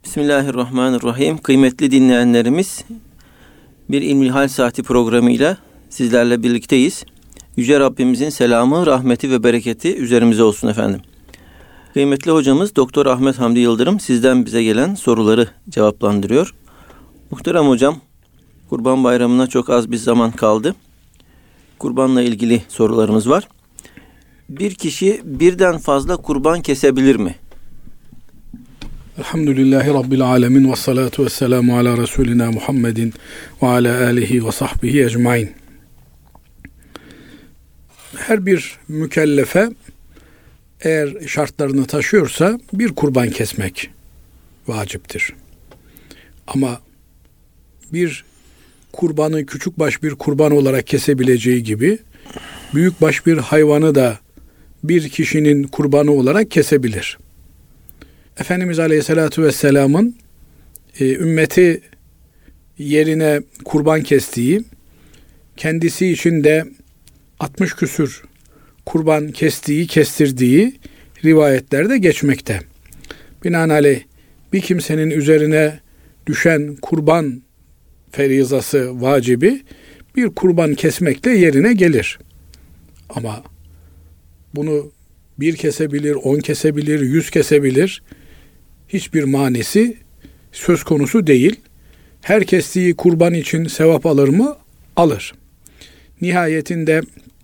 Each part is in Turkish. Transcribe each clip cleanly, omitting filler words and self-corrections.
Bismillahirrahmanirrahim. Kıymetli dinleyenlerimiz, bir İlmihal Saati programıyla sizlerle birlikteyiz. Yüce Rabbimizin selamı, rahmeti ve bereketi üzerimize olsun efendim. Kıymetli hocamız Doktor Ahmet Hamdi Yıldırım sizden bize gelen soruları cevaplandırıyor. Muhterem hocam, Kurban Bayramı'na çok az bir zaman kaldı. Kurbanla ilgili sorularımız var. Bir kişi birden fazla kurban kesebilir mi? Elhamdülillahi Rabbil alemin ve salatu ve selamu ala Resulina Muhammedin ve ala alihi ve sahbihi ecmain. Her bir mükellefe eğer şartlarını taşıyorsa bir kurban kesmek vaciptir. Ama bir kurbanı küçükbaş bir kurban olarak kesebileceği gibi büyükbaş bir hayvanı da bir kişinin kurbanı olarak kesebilir. Efendimiz Aleyhisselatü Vesselam'ın ümmeti yerine kurban kestiği, kendisi için de 60 küsür kurban kestirdiği rivayetlerde geçmekte. Binaenaleyh bir kimsenin üzerine düşen kurban ferizası, vacibi bir kurban kesmekle yerine gelir. Ama bunu bir kesebilir, 10 kesebilir, 100 kesebilir. Hiçbir manisi söz konusu değil. Her kestiği kurban için sevap alır mı? Alır. Nihayetinde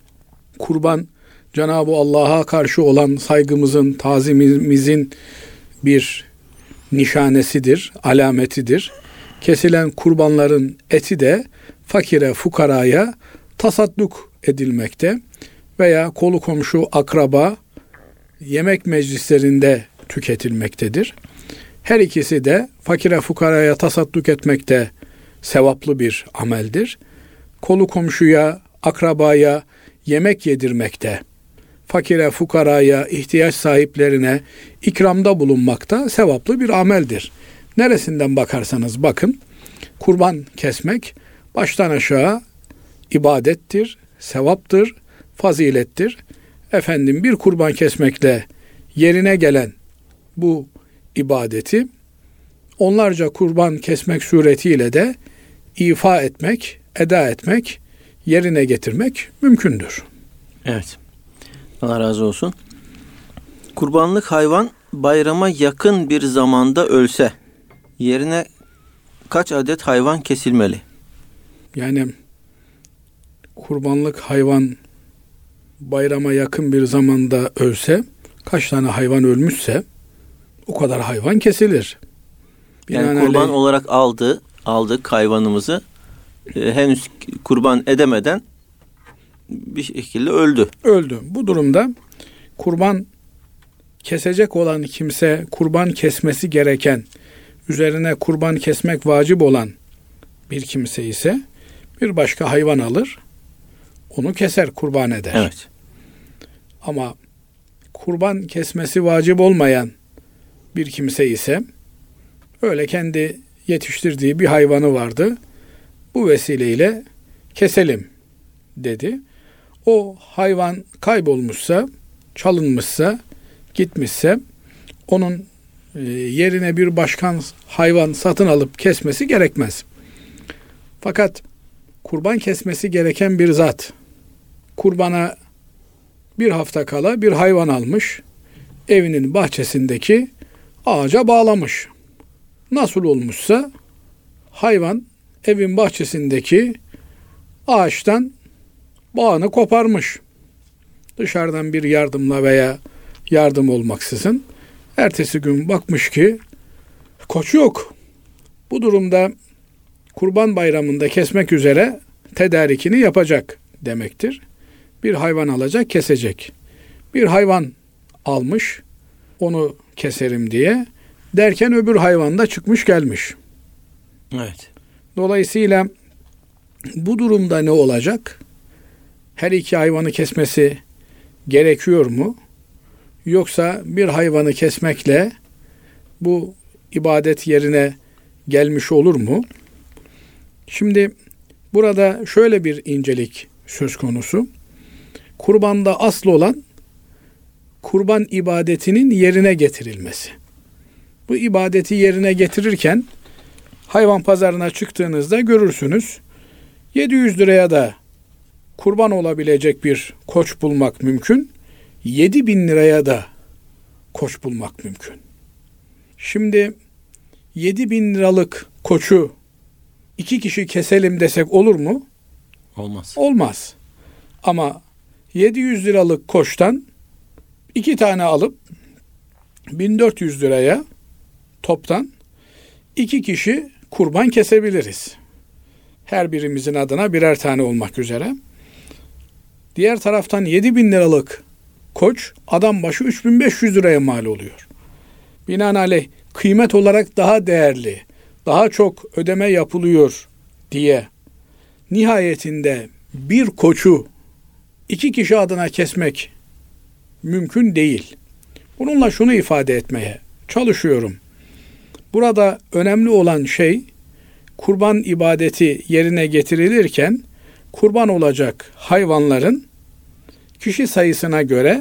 kurban Cenab-ı Allah'a karşı olan saygımızın, tazimimizin bir nişanesidir, alametidir. Kesilen kurbanların eti de fakire, fukaraya tasadduk edilmekte veya kolu komşu, akraba yemek meclislerinde tüketilmektedir. Her ikisi de fakire fukaraya tasadduk etmekte sevaplı bir ameldir. Kolu komşuya, akrabaya yemek yedirmekte, fakire fukaraya, ihtiyaç sahiplerine ikramda bulunmakta sevaplı bir ameldir. Neresinden bakarsanız bakın, kurban kesmek baştan aşağı ibadettir, sevaptır, fazilettir. Efendim bir kurban kesmekle yerine gelen bu ibadeti onlarca kurban kesmek suretiyle de ifa etmek, eda etmek, yerine getirmek mümkündür. Evet. Allah razı olsun. Kurbanlık hayvan bayrama yakın bir zamanda ölse yerine kaç adet hayvan kesilmeli? Yani kurbanlık hayvan bayrama yakın bir zamanda ölse, kaç tane hayvan ölmüşse o kadar hayvan kesilir. Yani kurban olarak aldık hayvanımızı, henüz kurban edemeden bir şekilde öldü. Bu durumda kurban kesecek olan kimse, kurban kesmesi gereken, üzerine kurban kesmek vacip olan bir kimse ise bir başka hayvan alır, onu keser, kurban eder. Evet. Ama kurban kesmesi vacip olmayan bir kimse ise öyle kendi yetiştirdiği bir hayvanı vardı. Bu vesileyle keselim dedi. O hayvan kaybolmuşsa, çalınmışsa, gitmişse onun yerine bir başka hayvan satın alıp kesmesi gerekmez. Fakat kurban kesmesi gereken bir zat kurbana bir hafta kala bir hayvan almış, evinin bahçesindeki ağaca bağlamış. Nasıl olmuşsa hayvan evin bahçesindeki ağaçtan bağını koparmış. Dışarıdan bir yardımla veya yardım olmaksızın ertesi gün bakmış ki koç yok. Bu durumda Kurban Bayramı'nda kesmek üzere tedarikini yapacak demektir. Bir hayvan alacak, kesecek. Bir hayvan almış, onu keserim diye derken öbür hayvan da çıkmış gelmiş. Evet. Dolayısıyla bu durumda ne olacak? Her iki hayvanı kesmesi gerekiyor mu? Yoksa bir hayvanı kesmekle bu ibadet yerine gelmiş olur mu? Şimdi burada şöyle bir incelik söz konusu. Kurbanda asıl olan kurban ibadetinin yerine getirilmesi. Bu ibadeti yerine getirirken hayvan pazarına çıktığınızda görürsünüz. 700 liraya da kurban olabilecek bir koç bulmak mümkün. 7.000 liraya da koç bulmak mümkün. Şimdi 7.000 liralık koçu 2 kişi keselim desek olur mu? Olmaz. Olmaz. Ama 700 liralık koçtan 2 tane alıp 1400 liraya toptan 2 kişi kurban kesebiliriz. Her birimizin adına birer tane olmak üzere. Diğer taraftan 7.000 liralık koç adam başı 3.500 liraya mal oluyor. Binaenaleyh kıymet olarak daha değerli, daha çok ödeme yapılıyor diye nihayetinde bir koçu 2 kişi adına kesmek mümkün değil. Bununla şunu ifade etmeye çalışıyorum. Burada önemli olan şey kurban ibadeti yerine getirilirken kurban olacak hayvanların kişi sayısına göre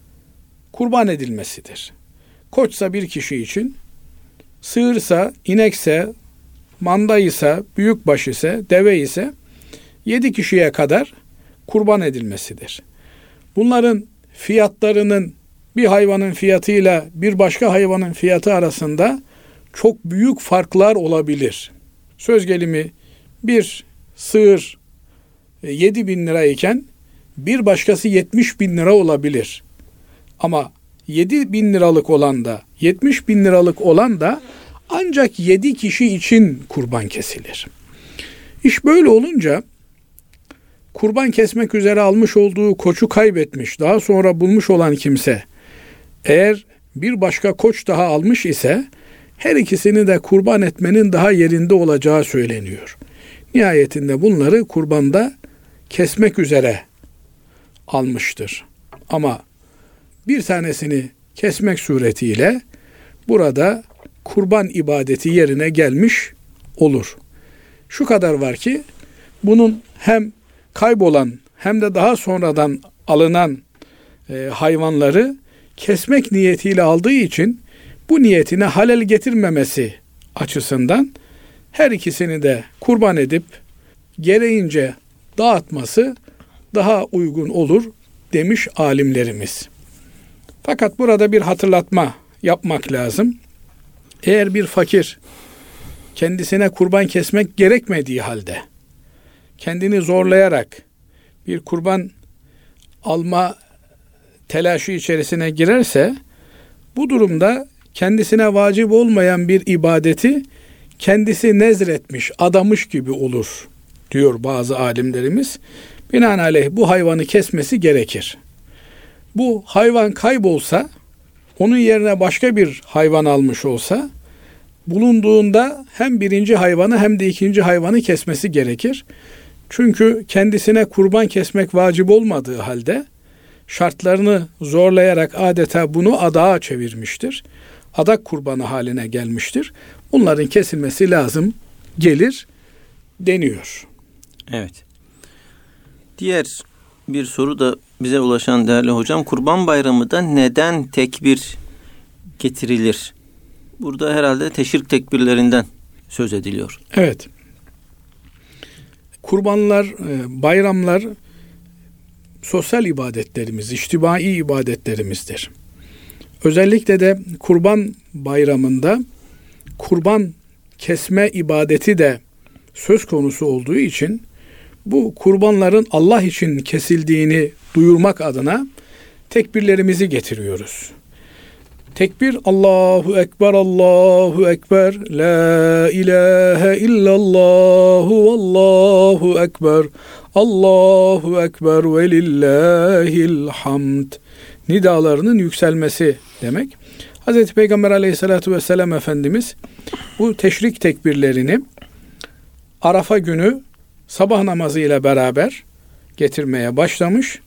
kurban edilmesidir. Koçsa bir kişi için, sığırsa, inekse, mandaysa, büyükbaş ise, deve ise 7 kişiye kadar kurban edilmesidir. Bunların fiyatlarının bir hayvanın fiyatıyla bir başka hayvanın fiyatı arasında çok büyük farklar olabilir. Söz gelimi bir sığır 7.000 lira iken bir başkası 70.000 lira olabilir. Ama 7.000 liralık olan da 70.000 liralık olan da ancak 7 kişi için kurban kesilir. İş böyle olunca kurban kesmek üzere almış olduğu koçu kaybetmiş, daha sonra bulmuş olan kimse eğer bir başka koç daha almış ise her ikisini de kurban etmenin daha yerinde olacağı söyleniyor. Nihayetinde bunları kurbanda kesmek üzere almıştır. Ama bir tanesini kesmek suretiyle burada kurban ibadeti yerine gelmiş olur. Şu kadar var ki bunun hem kaybolan hem de daha sonradan alınan hayvanları kesmek niyetiyle aldığı için bu niyetine halel getirmemesi açısından her ikisini de kurban edip gereğince dağıtması daha uygun olur demiş alimlerimiz. Fakat burada bir hatırlatma yapmak lazım. Eğer bir fakir kendisine kurban kesmek gerekmediği halde kendini zorlayarak bir kurban alma telaşı içerisine girerse bu durumda kendisine vacip olmayan bir ibadeti kendisi nezretmiş, adamış gibi olur diyor bazı alimlerimiz. Binaenaleyh bu hayvanı kesmesi gerekir. Bu hayvan kaybolsa, onun yerine başka bir hayvan almış olsa, bulunduğunda hem birinci hayvanı hem de ikinci hayvanı kesmesi gerekir. Çünkü kendisine kurban kesmek vacip olmadığı halde şartlarını zorlayarak adeta bunu adağa çevirmiştir. Adak kurbanı haline gelmiştir. Bunların kesilmesi lazım gelir deniyor. Evet. Diğer bir soru da bize ulaşan değerli hocam, Kurban Bayramı'da neden tekbir getirilir? Burada herhalde teşrik tekbirlerinden söz ediliyor. Evet. Kurbanlar, bayramlar sosyal ibadetlerimiz, içtimai ibadetlerimizdir. Özellikle de Kurban Bayramı'nda kurban kesme ibadeti de söz konusu olduğu için bu kurbanların Allah için kesildiğini duyurmak adına tekbirlerimizi getiriyoruz. Tekbir Allahu Ekber, Allahu Ekber, La ilahe illallahu, Allahu Ekber, Allahu Ekber ve lillahil hamd nidalarının yükselmesi demek. Hz. Peygamber Aleyhisselatü Vesselam Efendimiz bu teşrik tekbirlerini Arafa günü sabah namazı ile beraber getirmeye başlamış.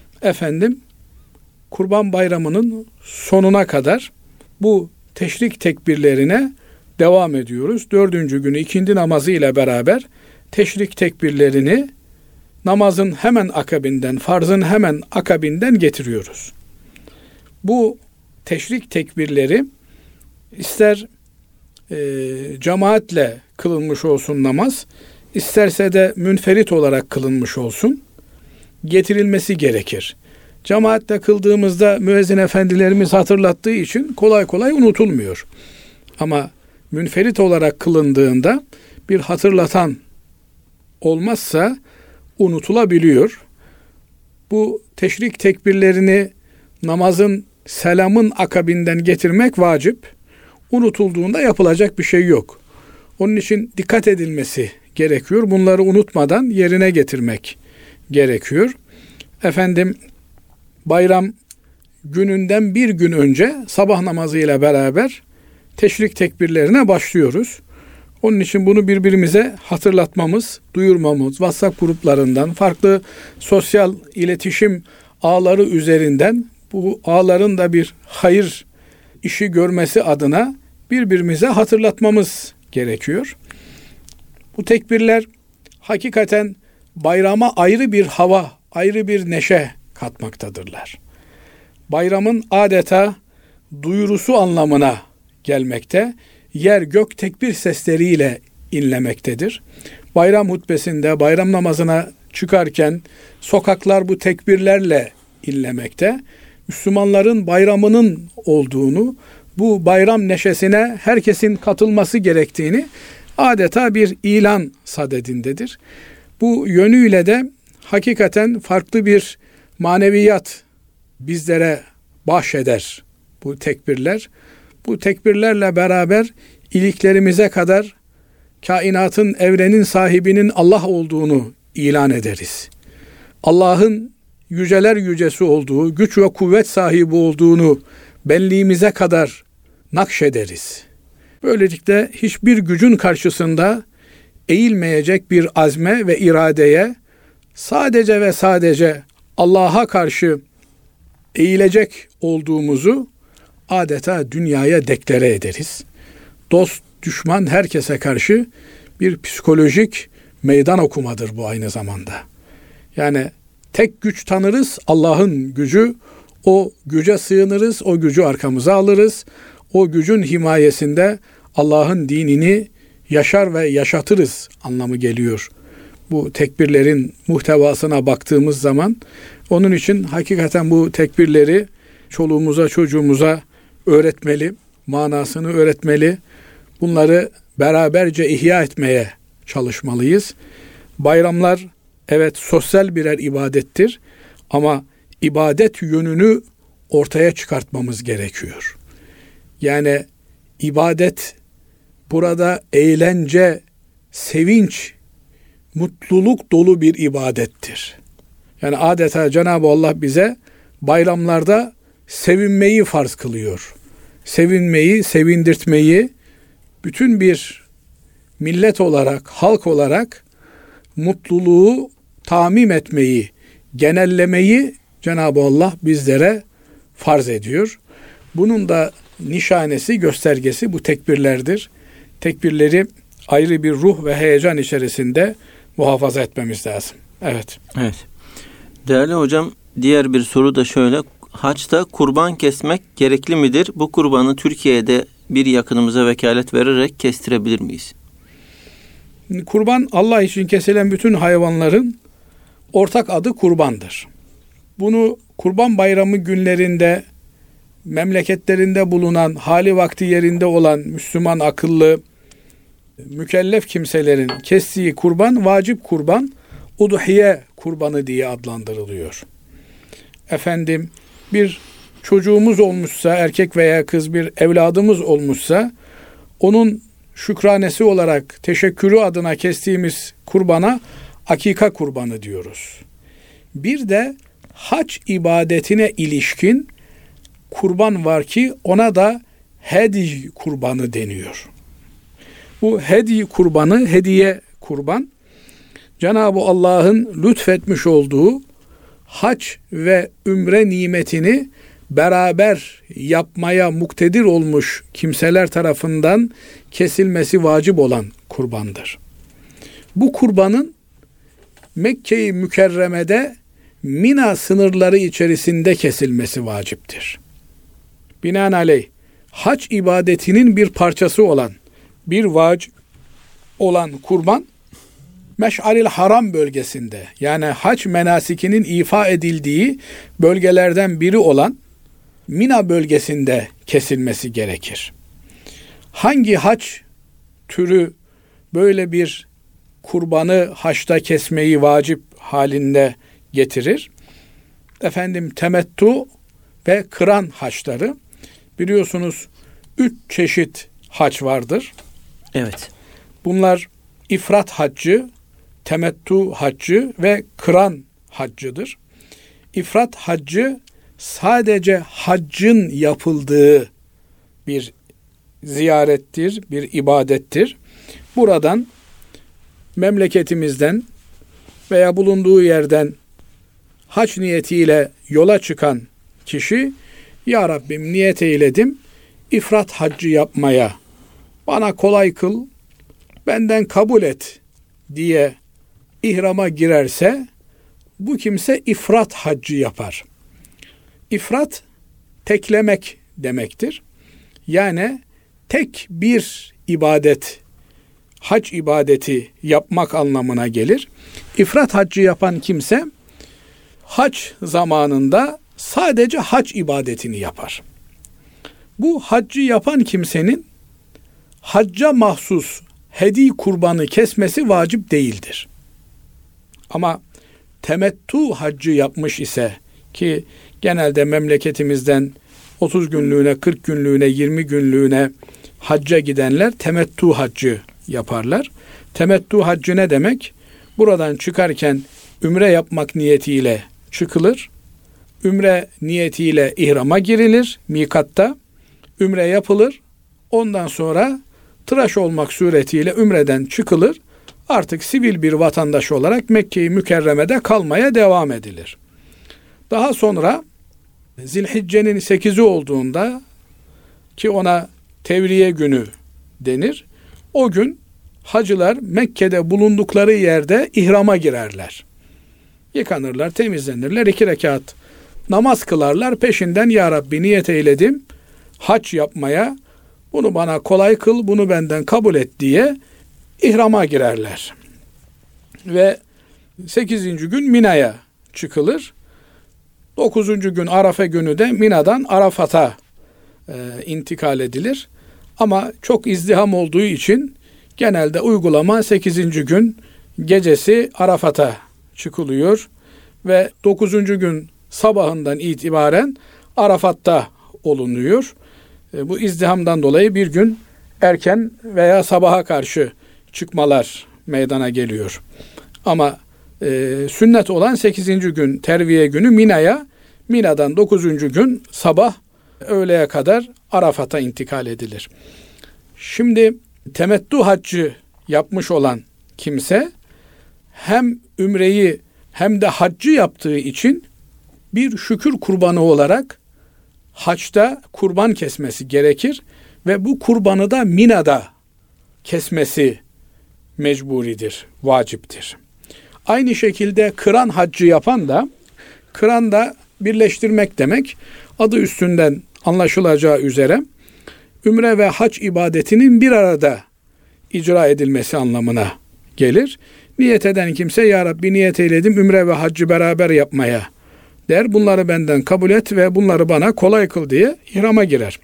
Kurban Bayramı'nın sonuna kadar bu teşrik tekbirlerine devam ediyoruz. 4. günü ikindi namazı ile beraber teşrik tekbirlerini namazın hemen akabinden, farzın hemen akabinden getiriyoruz. Bu teşrik tekbirleri İster cemaatle kılınmış olsun namaz, isterse de münferit olarak kılınmış olsun, getirilmesi gerekir. Cemaatle kıldığımızda müezzin efendilerimiz hatırlattığı için kolay kolay unutulmuyor. Ama münferit olarak kılındığında bir hatırlatan olmazsa unutulabiliyor. Bu teşrik tekbirlerini namazın, selamın akabinden getirmek vacip. Unutulduğunda yapılacak bir şey yok. Onun için dikkat edilmesi gerekiyor. Bunları unutmadan yerine getirmek gerekiyor. Bayram gününden bir gün önce sabah namazı ile beraber teşrik tekbirlerine başlıyoruz. Onun için bunu birbirimize hatırlatmamız, duyurmamız, WhatsApp gruplarından, farklı sosyal iletişim ağları üzerinden bu ağların da bir hayır işi görmesi adına birbirimize hatırlatmamız gerekiyor. Bu tekbirler hakikaten bayrama ayrı bir hava, ayrı bir neşe katmaktadırlar. Bayramın adeta duyurusu anlamına gelmekte, yer gök tekbir sesleriyle inlemektedir. Bayram hutbesinde, bayram namazına çıkarken sokaklar bu tekbirlerle inlemekte. Müslümanların bayramının olduğunu, bu bayram neşesine herkesin katılması gerektiğini adeta bir ilan sadedindedir. Bu yönüyle de hakikaten farklı bir maneviyat bizlere bahşeder bu tekbirler. Bu tekbirlerle beraber iliklerimize kadar kainatın, evrenin sahibinin Allah olduğunu ilan ederiz. Allah'ın yüceler yücesi olduğu, güç ve kuvvet sahibi olduğunu benliğimize kadar nakşederiz. Böylelikle hiçbir gücün karşısında eğilmeyecek bir azme ve iradeye, sadece ve sadece Allah'a karşı eğilecek olduğumuzu adeta dünyaya deklare ederiz. Dost, düşman herkese karşı bir psikolojik meydan okumadır bu aynı zamanda. Yani tek güç tanırız, Allah'ın gücü. O güce sığınırız, o gücü arkamıza alırız. O gücün himayesinde Allah'ın dinini yaşar ve yaşatırız anlamı geliyor. Bu tekbirlerin muhtevasına baktığımız zaman, onun için hakikaten bu tekbirleri çoluğumuza, çocuğumuza öğretmeli, manasını öğretmeli. Bunları beraberce ihya etmeye çalışmalıyız. Bayramlar evet sosyal birer ibadettir ama ibadet yönünü ortaya çıkartmamız gerekiyor. Yani ibadet burada eğlence, sevinç, mutluluk dolu bir ibadettir. Yani adeta Cenab-ı Allah bize bayramlarda sevinmeyi farz kılıyor. Sevinmeyi, sevindirtmeyi, bütün bir millet olarak, halk olarak mutluluğu tamim etmeyi, genellemeyi Cenab-ı Allah bizlere farz ediyor. Bunun da nişanesi, göstergesi bu tekbirlerdir. Tekbirleri ayrı bir ruh ve heyecan içerisinde muhafaza etmemiz lazım. Evet. Evet. Değerli hocam, diğer bir soru da şöyle. Haçta kurban kesmek gerekli midir? Bu kurbanı Türkiye'de bir yakınımıza vekalet vererek kestirebilir miyiz? Kurban, Allah için kesilen bütün hayvanların ortak adı kurbandır. Bunu Kurban Bayramı günlerinde memleketlerinde bulunan, hali vakti yerinde olan Müslüman akıllı, mükellef kimselerin kestiği kurban, vacip kurban, udhiye kurbanı diye adlandırılıyor. Bir çocuğumuz olmuşsa, erkek veya kız bir evladımız olmuşsa, onun şükranesi olarak teşekkürü adına kestiğimiz kurbana akika kurbanı diyoruz. Bir de hac ibadetine ilişkin kurban var ki ona da hediye kurbanı deniyor. Bu hediye kurbanı, hediye kurban, Cenab-ı Allah'ın lütfetmiş olduğu hac ve ümre nimetini beraber yapmaya muktedir olmuş kimseler tarafından kesilmesi vacip olan kurbandır. Bu kurbanın Mekke-i Mükerreme'de Mina sınırları içerisinde kesilmesi vaciptir. Binaenaleyh hac ibadetinin bir parçası olan, bir vacip olan kurban, Meş'aril Haram bölgesinde, yani hac menasikinin ifa edildiği bölgelerden biri olan Mina bölgesinde kesilmesi gerekir. Hangi hac türü böyle bir kurbanı haçta kesmeyi vacip halinde getirir? Temettu ve kıran haçları. Biliyorsunuz 3 çeşit hac vardır. Evet. Bunlar ifrat haccı, temettu haccı ve kıran haccıdır. İfrat haccı sadece haccın yapıldığı bir ziyarettir, bir ibadettir. Buradan memleketimizden veya bulunduğu yerden hac niyetiyle yola çıkan kişi, Ya Rabbim niyet eyledim ifrat haccı yapmaya, bana kolay kıl, benden kabul et diye ihrama girerse bu kimse ifrat haccı yapar. İfrat teklemek demektir. Yani tek bir ibadet, hac ibadeti yapmak anlamına gelir. İfrat haccı yapan kimse hac zamanında sadece hac ibadetini yapar. Bu haccı yapan kimsenin hacca mahsus hedi kurbanı kesmesi vacip değildir. Ama temettu haccı yapmış ise, ki genelde memleketimizden 30 günlüğüne, 40 günlüğüne, 20 günlüğüne hacca gidenler temettu haccı yaparlar. Temettu haccı ne demek? Buradan çıkarken ümre yapmak niyetiyle çıkılır. Ümre niyetiyle ihrama girilir mikatta. Ümre yapılır. Ondan sonra tıraş olmak suretiyle ümreden çıkılır. Artık sivil bir vatandaş olarak Mekke-i Mükerreme'de kalmaya devam edilir. Daha sonra Zilhicce'nin 8'i olduğunda, ki ona Tevriye günü denir, o gün hacılar Mekke'de bulundukları yerde ihrama girerler. Yıkanırlar, temizlenirler, 2 rekat namaz kılarlar, peşinden Ya Rabbi niyet eyledim hac yapmaya, bunu bana kolay kıl, bunu benden kabul et diye ihrama girerler. Ve 8. gün Mina'ya çıkılır. 9. gün Arafa günü de Mina'dan Arafat'a intikal edilir. Ama çok izdiham olduğu için genelde uygulama 8. gün gecesi Arafat'a çıkılıyor ve 9. gün sabahından itibaren Arafat'ta olunuyor. Bu izdihamdan dolayı bir gün erken veya sabaha karşı çıkmalar meydana geliyor. Ama sünnet olan 8. gün terviye günü Mina'ya, Mina'dan 9. gün sabah öğleye kadar Arafat'a intikal edilir. Şimdi temettu haccı yapmış olan kimse hem ümreyi hem de haccı yaptığı için bir şükür kurbanı olarak haçta kurban kesmesi gerekir ve bu kurbanı da Mina'da kesmesi mecburidir, vaciptir. Aynı şekilde kıran haccı yapan da, kıran da birleştirmek demek, adı üstünden anlaşılacağı üzere ümre ve hac ibadetinin bir arada icra edilmesi anlamına gelir. Niyet eden kimse Ya Rabbi niyet eyledim ümre ve haccı beraber yapmaya der. Bunları benden kabul et ve bunları bana kolay kıl diye ihrama girer.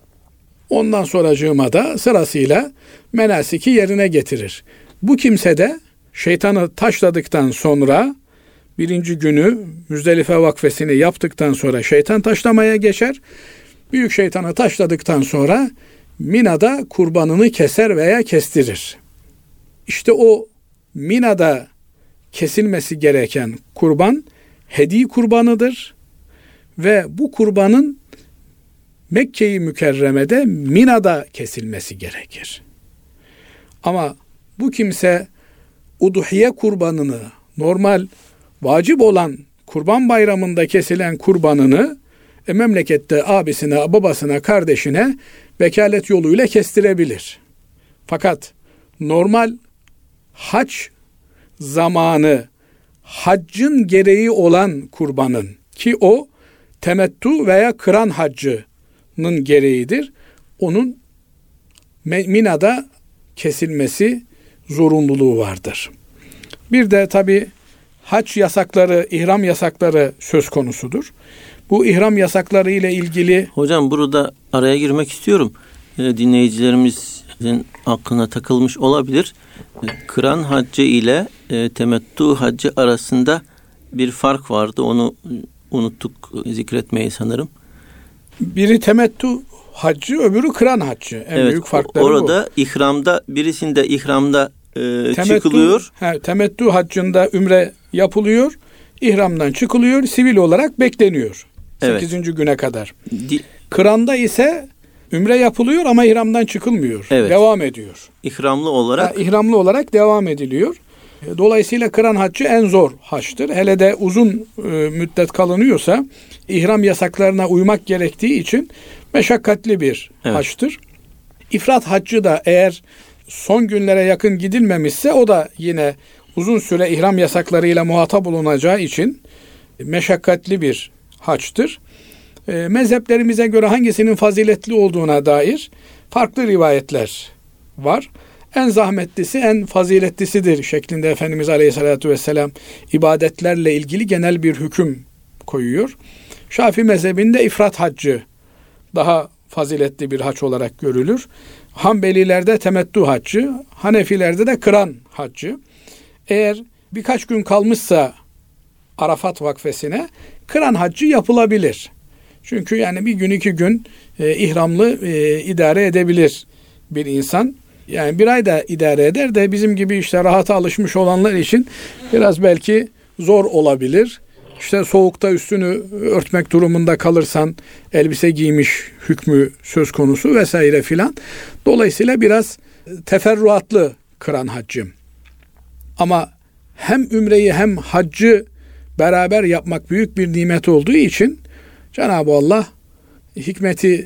Ondan sonracığıma da sırasıyla menasiki yerine getirir. Bu kimse de şeytanı taşladıktan sonra, 1. günü Müzdelife vakfesini yaptıktan sonra şeytan taşlamaya geçer. Büyük şeytanı taşladıktan sonra Mina'da kurbanını keser veya kestirir. İşte o Mina'da kesilmesi gereken kurban hedi kurbanıdır ve bu kurbanın Mekke-i Mükerreme'de Mina'da kesilmesi gerekir. Ama bu kimse udhiye kurbanını, normal vacip olan Kurban Bayramı'nda kesilen kurbanını memlekette abisine, babasına, kardeşine vekalet yoluyla kestirebilir. Fakat normal hac zamanı haccın gereği olan kurbanın, ki o temettu veya kıran haccının gereğidir. onun Mina'da kesilmesi zorunluluğu vardır. Bir de tabi hac yasakları, ihram yasakları söz konusudur. Bu ihram yasakları ile ilgili... Hocam burada araya girmek istiyorum. Dinleyicilerimizin aklına takılmış olabilir. Kıran haccı ile temettü haccı arasında bir fark vardı. Onu unuttuk zikretmeyi sanırım. Biri temettü haccı, öbürü kıran haccı. En büyük farkları orada bu. İhramda, birisinde ihramda çıkılıyor. Temettü haccında ümre yapılıyor. İhramdan çıkılıyor. Sivil olarak bekleniyor. 8. güne kadar. Kıranda ise ümre yapılıyor ama ihramdan çıkılmıyor. Evet. Devam ediyor. İhramlı olarak. İhramlı olarak devam ediliyor. Dolayısıyla kıran haccı en zor haçtır. Hele de uzun müddet kalınıyorsa ihram yasaklarına uymak gerektiği için meşakkatli bir haçtır. İfrat haccı da eğer son günlere yakın gidilmemişse o da yine uzun süre ihram yasaklarıyla muhatap olunacağı için meşakkatli bir haçtır. Mezheplerimize göre hangisinin faziletli olduğuna dair farklı rivayetler var. En zahmetlisi, en faziletlisidir şeklinde Efendimiz Aleyhisselatü Vesselam ibadetlerle ilgili genel bir hüküm koyuyor. Şafii mezhebinde ifrat haccı daha faziletli bir hac olarak görülür. Hanbelilerde temettü haccı, Hanefilerde de kıran haccı. Eğer birkaç gün kalmışsa Arafat vakfesine kıran haccı yapılabilir. Çünkü yani bir gün 2 gün ihramlı idare edebilir bir insan. Yani bir ay da idare eder de bizim gibi işte rahata alışmış olanlar için biraz belki zor olabilir. İşte soğukta üstünü örtmek durumunda kalırsan elbise giymiş hükmü söz konusu vesaire filan. Dolayısıyla biraz teferruatlı kıran haccım. Ama hem ümreyi hem haccı beraber yapmak büyük bir nimet olduğu için Cenab-ı Allah hikmeti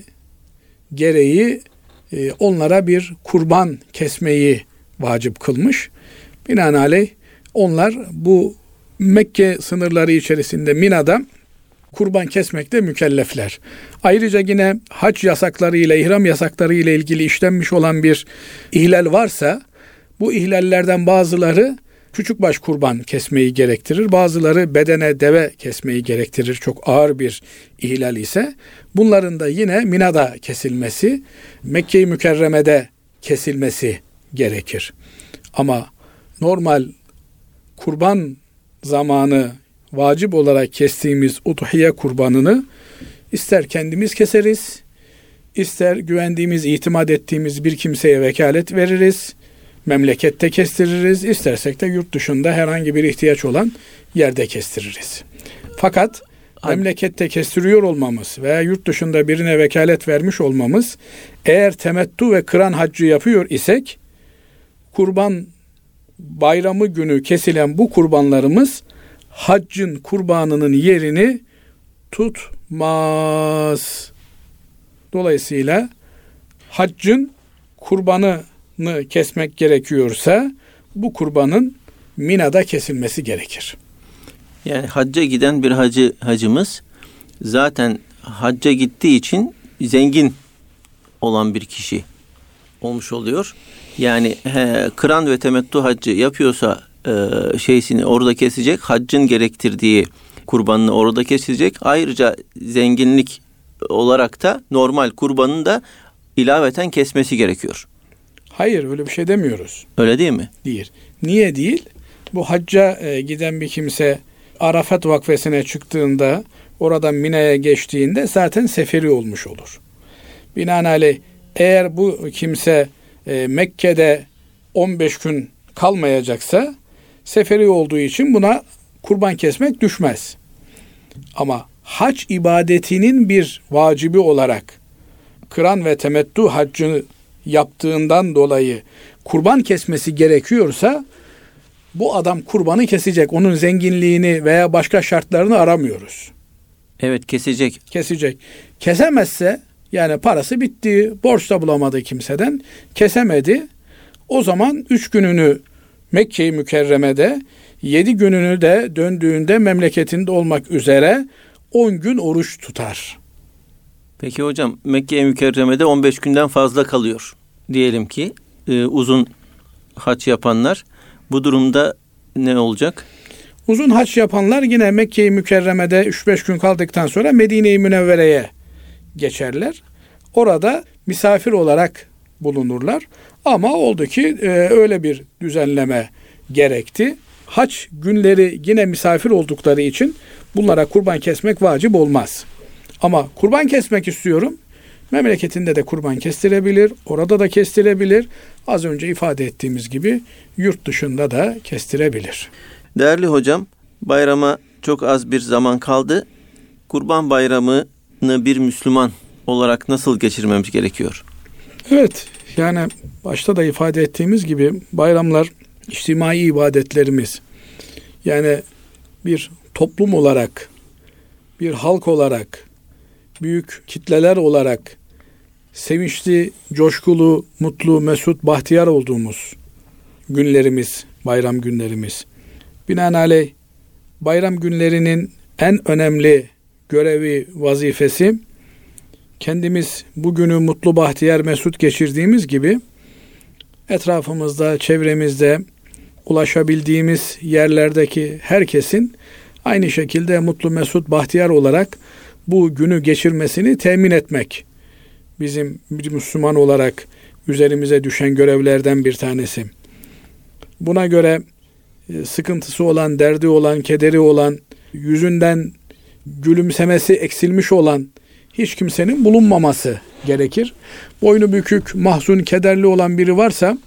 gereği onlara bir kurban kesmeyi vacip kılmış. Binaenaleyh onlar bu Mekke sınırları içerisinde Mina'da kurban kesmekte mükellefler. Ayrıca yine hac yasakları ile ihram yasakları ile ilgili işlenmiş olan bir ihlal varsa bu ihlallerden bazıları küçükbaş kurban kesmeyi gerektirir. Bazıları bedene deve kesmeyi gerektirir. Çok ağır bir ihlal ise bunların da yine Mina'da kesilmesi, Mekke-i Mükerreme'de kesilmesi gerekir. Ama normal kurban zamanı vacip olarak kestiğimiz udhiye kurbanını ister kendimiz keseriz, ister güvendiğimiz, itimat ettiğimiz bir kimseye vekalet veririz, memlekette kestiririz, istersek de yurt dışında herhangi bir ihtiyaç olan yerde kestiririz. Fakat memlekette kestiriyor olmamız veya yurt dışında birine vekalet vermiş olmamız, eğer temettü ve kıran haccı yapıyor isek, kurban bayramı günü kesilen bu kurbanlarımız haccın kurbanının yerini tutmaz. Dolayısıyla haccın kurbanını kesmek gerekiyorsa bu kurbanın Mina'da kesilmesi gerekir. Yani hacca giden bir hacımız zaten hacca gittiği için zengin olan bir kişi olmuş oluyor. Yani kıran ve temettü haccı yapıyorsa şeysini orada kesecek, haccın gerektirdiği kurbanını orada kesecek. Ayrıca zenginlik olarak da normal kurbanını da ilaveten kesmesi gerekiyor. Hayır, öyle bir şey demiyoruz. Öyle değil mi? Değil. Niye değil? Bu hacca giden bir kimse Arafat vakfesine çıktığında, oradan Mina'ya geçtiğinde zaten seferi olmuş olur. Binaenaleyh eğer bu kimse Mekke'de 15 gün kalmayacaksa seferi olduğu için buna kurban kesmek düşmez. Ama hac ibadetinin bir vacibi olarak kıran ve temettü haccını yaptığından dolayı kurban kesmesi gerekiyorsa bu adam kurbanı kesecek. Onun zenginliğini veya başka şartlarını aramıyoruz. Evet, kesecek. Kesecek. Kesemezse, yani parası bitti, borç da bulamadı kimseden, kesemedi. O zaman 3 gününü Mekke-i Mükerreme'de, 7 gününü de döndüğünde memleketinde olmak üzere 10 gün oruç tutar. Peki hocam, Mekke-i Mükerreme'de 15 günden fazla kalıyor. Diyelim ki uzun hac yapanlar, bu durumda ne olacak? Uzun hac yapanlar yine Mekke-i Mükerreme'de 3-5 gün kaldıktan sonra Medine-i Münevvere'ye geçerler. Orada misafir olarak bulunurlar. Ama oldu ki öyle bir düzenleme gerekti. Hac günleri yine misafir oldukları için bunlara kurban kesmek vacip olmaz. Ama kurban kesmek istiyorum, memleketinde de kurban kestirebilir, orada da kestirebilir. Az önce ifade ettiğimiz gibi yurt dışında da kestirebilir. Değerli hocam, bayrama çok az bir zaman kaldı. Kurban bayramını bir Müslüman olarak nasıl geçirmemiz gerekiyor? Evet, yani başta da ifade ettiğimiz gibi bayramlar içtimai ibadetlerimiz. Yani bir toplum olarak, bir halk olarak, büyük kitleler olarak sevinçli, coşkulu, mutlu, mesut, bahtiyar olduğumuz günlerimiz, bayram günlerimiz. Binaenaleyh bayram günlerinin en önemli görevi, vazifesi, kendimiz bugünü mutlu, bahtiyar, mesut geçirdiğimiz gibi etrafımızda, çevremizde ulaşabildiğimiz yerlerdeki herkesin aynı şekilde mutlu, mesut, bahtiyar olarak bu günü geçirmesini temin etmek bizim bir Müslüman olarak üzerimize düşen görevlerden bir tanesi. Buna göre sıkıntısı olan, derdi olan, kederi olan, yüzünden gülümsemesi eksilmiş olan hiç kimsenin bulunmaması gerekir. Boynu bükük, mahzun, kederli olan biri varsa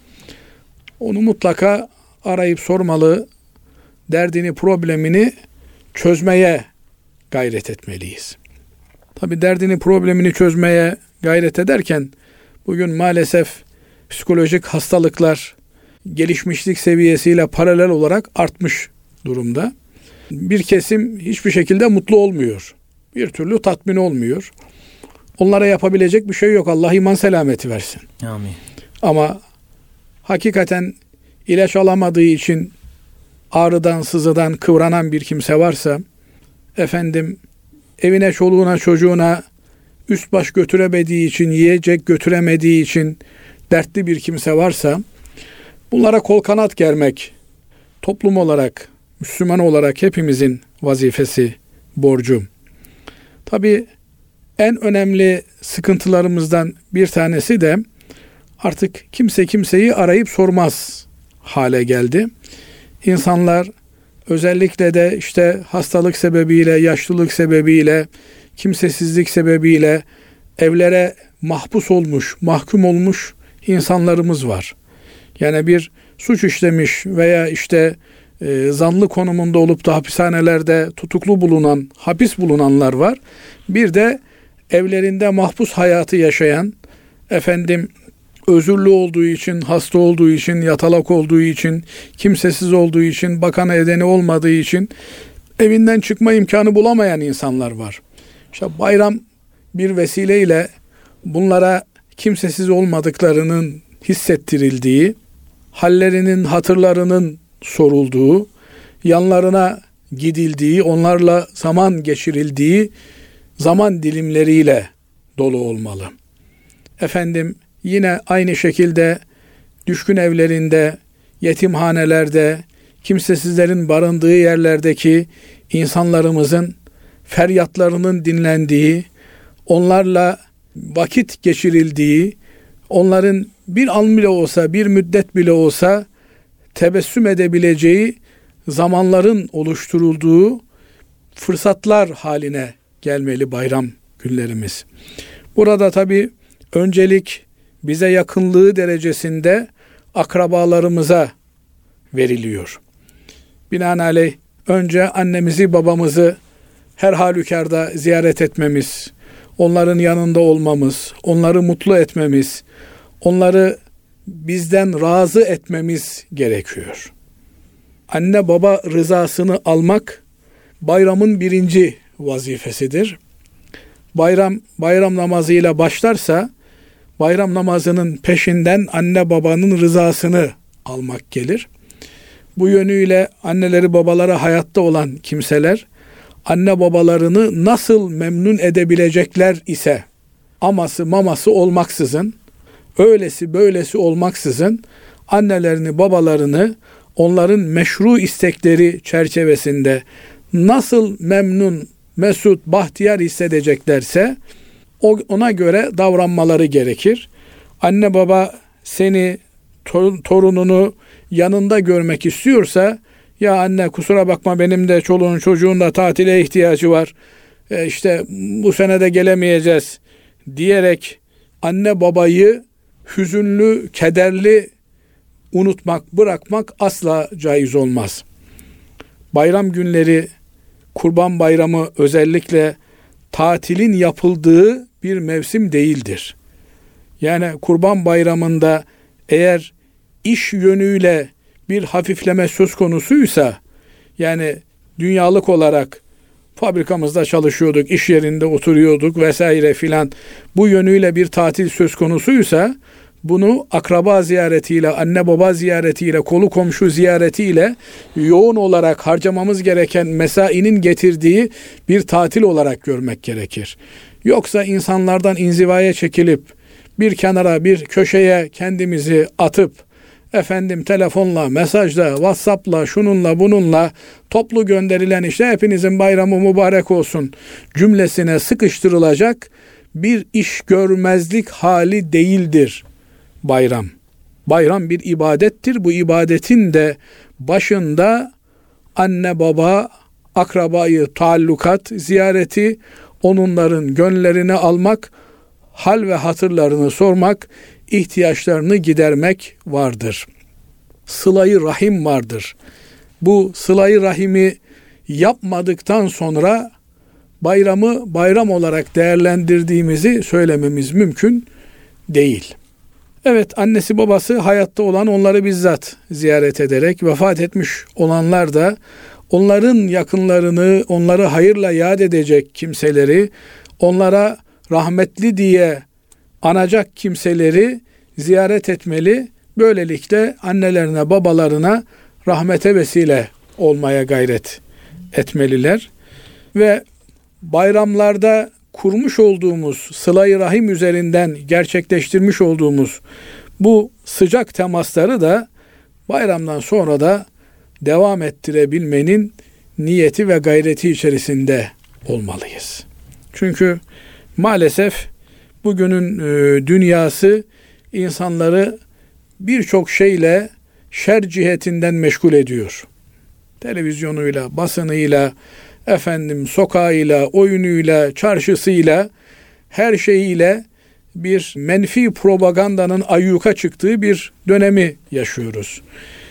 onu mutlaka arayıp sormalı, derdini, problemini çözmeye gayret etmeliyiz. Tabii derdini, problemini çözmeye gayret ederken bugün maalesef psikolojik hastalıklar gelişmişlik seviyesiyle paralel olarak artmış durumda. Bir kesim hiçbir şekilde mutlu olmuyor. Bir türlü tatmin olmuyor. Onlara yapabilecek bir şey yok. Allah iman selameti versin. Amin. Ama hakikaten ilaç alamadığı için ağrıdan, sızıdan kıvranan bir kimse varsa, evine, çoluğuna, çocuğuna üst baş götüremediği için, yiyecek götüremediği için dertli bir kimse varsa, bunlara kol kanat germek toplum olarak, Müslüman olarak hepimizin vazifesi, borcu. Tabii en önemli sıkıntılarımızdan bir tanesi de artık kimse kimseyi arayıp sormaz hale geldi. İnsanlar özellikle de işte hastalık sebebiyle, yaşlılık sebebiyle, kimsesizlik sebebiyle evlere mahpus olmuş, mahkum olmuş insanlarımız var. Yani bir suç işlemiş veya zanlı konumunda olup da hapishanelerde tutuklu bulunan, hapis bulunanlar var. Bir de evlerinde mahpus hayatı yaşayan, özürlü olduğu için, hasta olduğu için, yatalak olduğu için, kimsesiz olduğu için, bakana edeni olmadığı için evinden çıkma imkanı bulamayan insanlar var. İşte bayram bir vesileyle bunlara kimsesiz olmadıklarının hissettirildiği, hallerinin, hatırlarının sorulduğu, yanlarına gidildiği, onlarla zaman geçirildiği zaman dilimleriyle dolu olmalı. Yine aynı şekilde düşkün evlerinde, yetimhanelerde, kimsesizlerin barındığı yerlerdeki insanlarımızın feryatlarının dinlendiği, onlarla vakit geçirildiği, onların bir an bile olsa, bir müddet bile olsa tebessüm edebileceği zamanların oluşturulduğu fırsatlar haline gelmeli bayram günlerimiz. Burada tabii öncelik bize yakınlığı derecesinde akrabalarımıza veriliyor. Binaenaleyh önce annemizi, babamızı her halükarda ziyaret etmemiz, onların yanında olmamız, onları mutlu etmemiz, onları bizden razı etmemiz gerekiyor. Anne baba rızasını almak bayramın birinci vazifesidir. Bayram namazıyla başlarsa bayram namazının peşinden anne babanın rızasını almak gelir. Bu yönüyle anneleri babaları hayatta olan kimseler anne babalarını nasıl memnun edebilecekler ise aması maması olmaksızın, öylesi böylesi olmaksızın annelerini babalarını onların meşru istekleri çerçevesinde nasıl memnun, mesut, bahtiyar hissedeceklerse ona göre davranmaları gerekir. Anne baba seni, torununu yanında görmek istiyorsa, ya anne kusura bakma benim de çoluğun çocuğun da tatile ihtiyacı var, işte bu sene de gelemeyeceğiz diyerek anne babayı hüzünlü, kederli unutmak, bırakmak asla caiz olmaz. Bayram günleri, Kurban Bayramı özellikle tatilin yapıldığı bir mevsim değildir. Yani Kurban Bayramı'nda eğer iş yönüyle bir hafifleme söz konusuysa, yani dünyalık olarak fabrikamızda çalışıyorduk, iş yerinde oturuyorduk vesaire filan, bu yönüyle bir tatil söz konusuysa, bunu akraba ziyaretiyle, anne baba ziyaretiyle, kolu komşu ziyaretiyle yoğun olarak harcamamız gereken mesainin getirdiği bir tatil olarak görmek gerekir. Yoksa insanlardan inzivaya çekilip bir kenara, bir köşeye kendimizi atıp telefonla, mesajla, WhatsApp'la, şununla bununla toplu gönderilen işte hepinizin bayramı mübarek olsun cümlesine sıkıştırılacak bir iş görmezlik hali değildir bayram. Bayram bir ibadettir. Bu ibadetin de başında anne baba, akrabayı taallukat ziyareti, onların gönüllerini almak, hal ve hatırlarını sormak, ihtiyaçlarını gidermek vardır. Sıla-i rahim vardır. Bu sıla-i rahimi yapmadıktan sonra bayramı bayram olarak değerlendirdiğimizi söylememiz mümkün değil. Evet, annesi babası hayatta olan onları bizzat ziyaret ederek, vefat etmiş olanlar da onların yakınlarını, onları hayırla yad edecek kimseleri, onlara rahmetli diye anacak kimseleri ziyaret etmeli. Böylelikle annelerine, babalarına rahmete vesile olmaya gayret etmeliler. Ve bayramlarda kurmuş olduğumuz, sıla-i rahim üzerinden gerçekleştirmiş olduğumuz bu sıcak temasları da bayramdan sonra da devam ettirebilmenin niyeti ve gayreti içerisinde olmalıyız. Çünkü maalesef bugünün dünyası insanları birçok şeyle şer cihetinden meşgul ediyor. Televizyonuyla, basınıyla, sokağıyla, oyunuyla, çarşısıyla, her şeyiyle bir menfi propagandanın ayyuka çıktığı bir dönemi yaşıyoruz.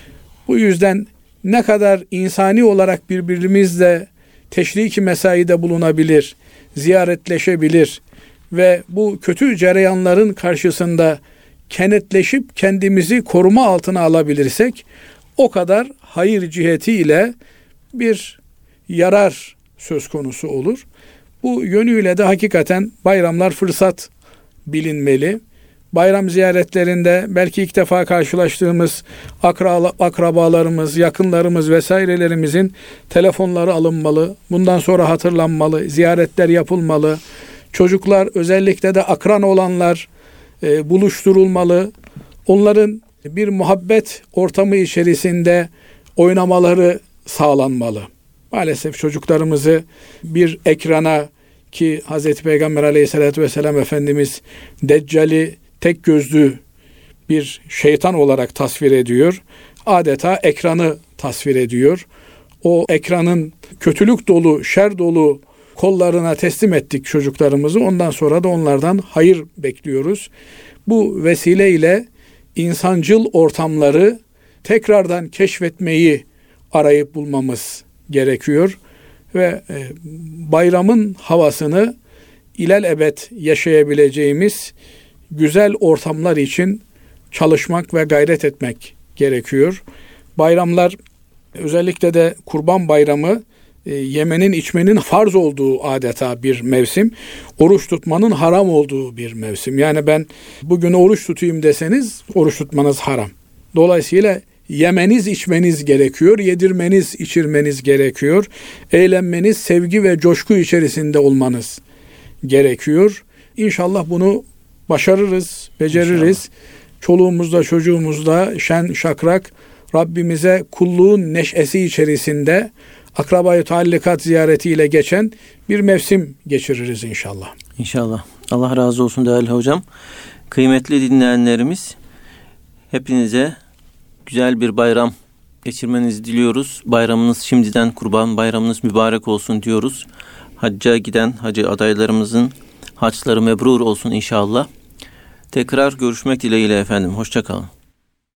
Bu yüzden ne kadar insani olarak birbirimizle teşriki mesaide bulunabilir, ziyaretleşebilir ve bu kötü cereyanların karşısında kenetleşip kendimizi koruma altına alabilirsek, o kadar hayır cihetiyle bir yarar söz konusu olur. Bu yönüyle de hakikaten bayramlar fırsat bilinmeli. Bayram ziyaretlerinde belki ilk defa karşılaştığımız akrabalarımız, yakınlarımız vesairelerimizin telefonları alınmalı. Bundan sonra hatırlanmalı, ziyaretler yapılmalı. Çocuklar, özellikle de akran olanlar buluşturulmalı. Onların bir muhabbet ortamı içerisinde oynamaları sağlanmalı. Maalesef çocuklarımızı bir ekrana, ki Hazreti Peygamber Aleyhisselatü Vesselam Efendimiz Deccal'i tek gözlü bir şeytan olarak tasvir ediyor. Adeta ekranı tasvir ediyor. O ekranın kötülük dolu, şer dolu kollarına teslim ettik çocuklarımızı. Ondan sonra da onlardan hayır bekliyoruz. Bu vesileyle insancıl ortamları tekrardan keşfetmeyi arayıp bulmamız gerekiyor. Ve bayramın havasını ilelebet yaşayabileceğimiz güzel ortamlar için çalışmak ve gayret etmek gerekiyor. Bayramlar, özellikle de Kurban Bayramı, yemenin içmenin farz olduğu adeta bir mevsim. Oruç tutmanın haram olduğu bir mevsim. Yani ben bugün oruç tutayım deseniz oruç tutmanız haram. Dolayısıyla yemeniz, içmeniz gerekiyor, yedirmeniz, içirmeniz gerekiyor. Eğlenmeniz, sevgi ve coşku içerisinde olmanız gerekiyor. İnşallah bunu başarırız, beceririz. İnşallah. Çoluğumuzda, çocuğumuzda şen şakrak Rabbimize kulluğun neşesi içerisinde akrabayı tallikat ziyaretiyle geçen bir mevsim geçiririz inşallah. İnşallah. Allah razı olsun değerli hocam. Kıymetli dinleyenlerimiz, hepinize güzel bir bayram geçirmenizi diliyoruz. Bayramınız şimdiden, Kurban Bayramınız mübarek olsun diyoruz. Hacca giden hacı adaylarımızın haçları mebrur olsun inşallah. Tekrar görüşmek dileğiyle efendim. Hoşça kalın.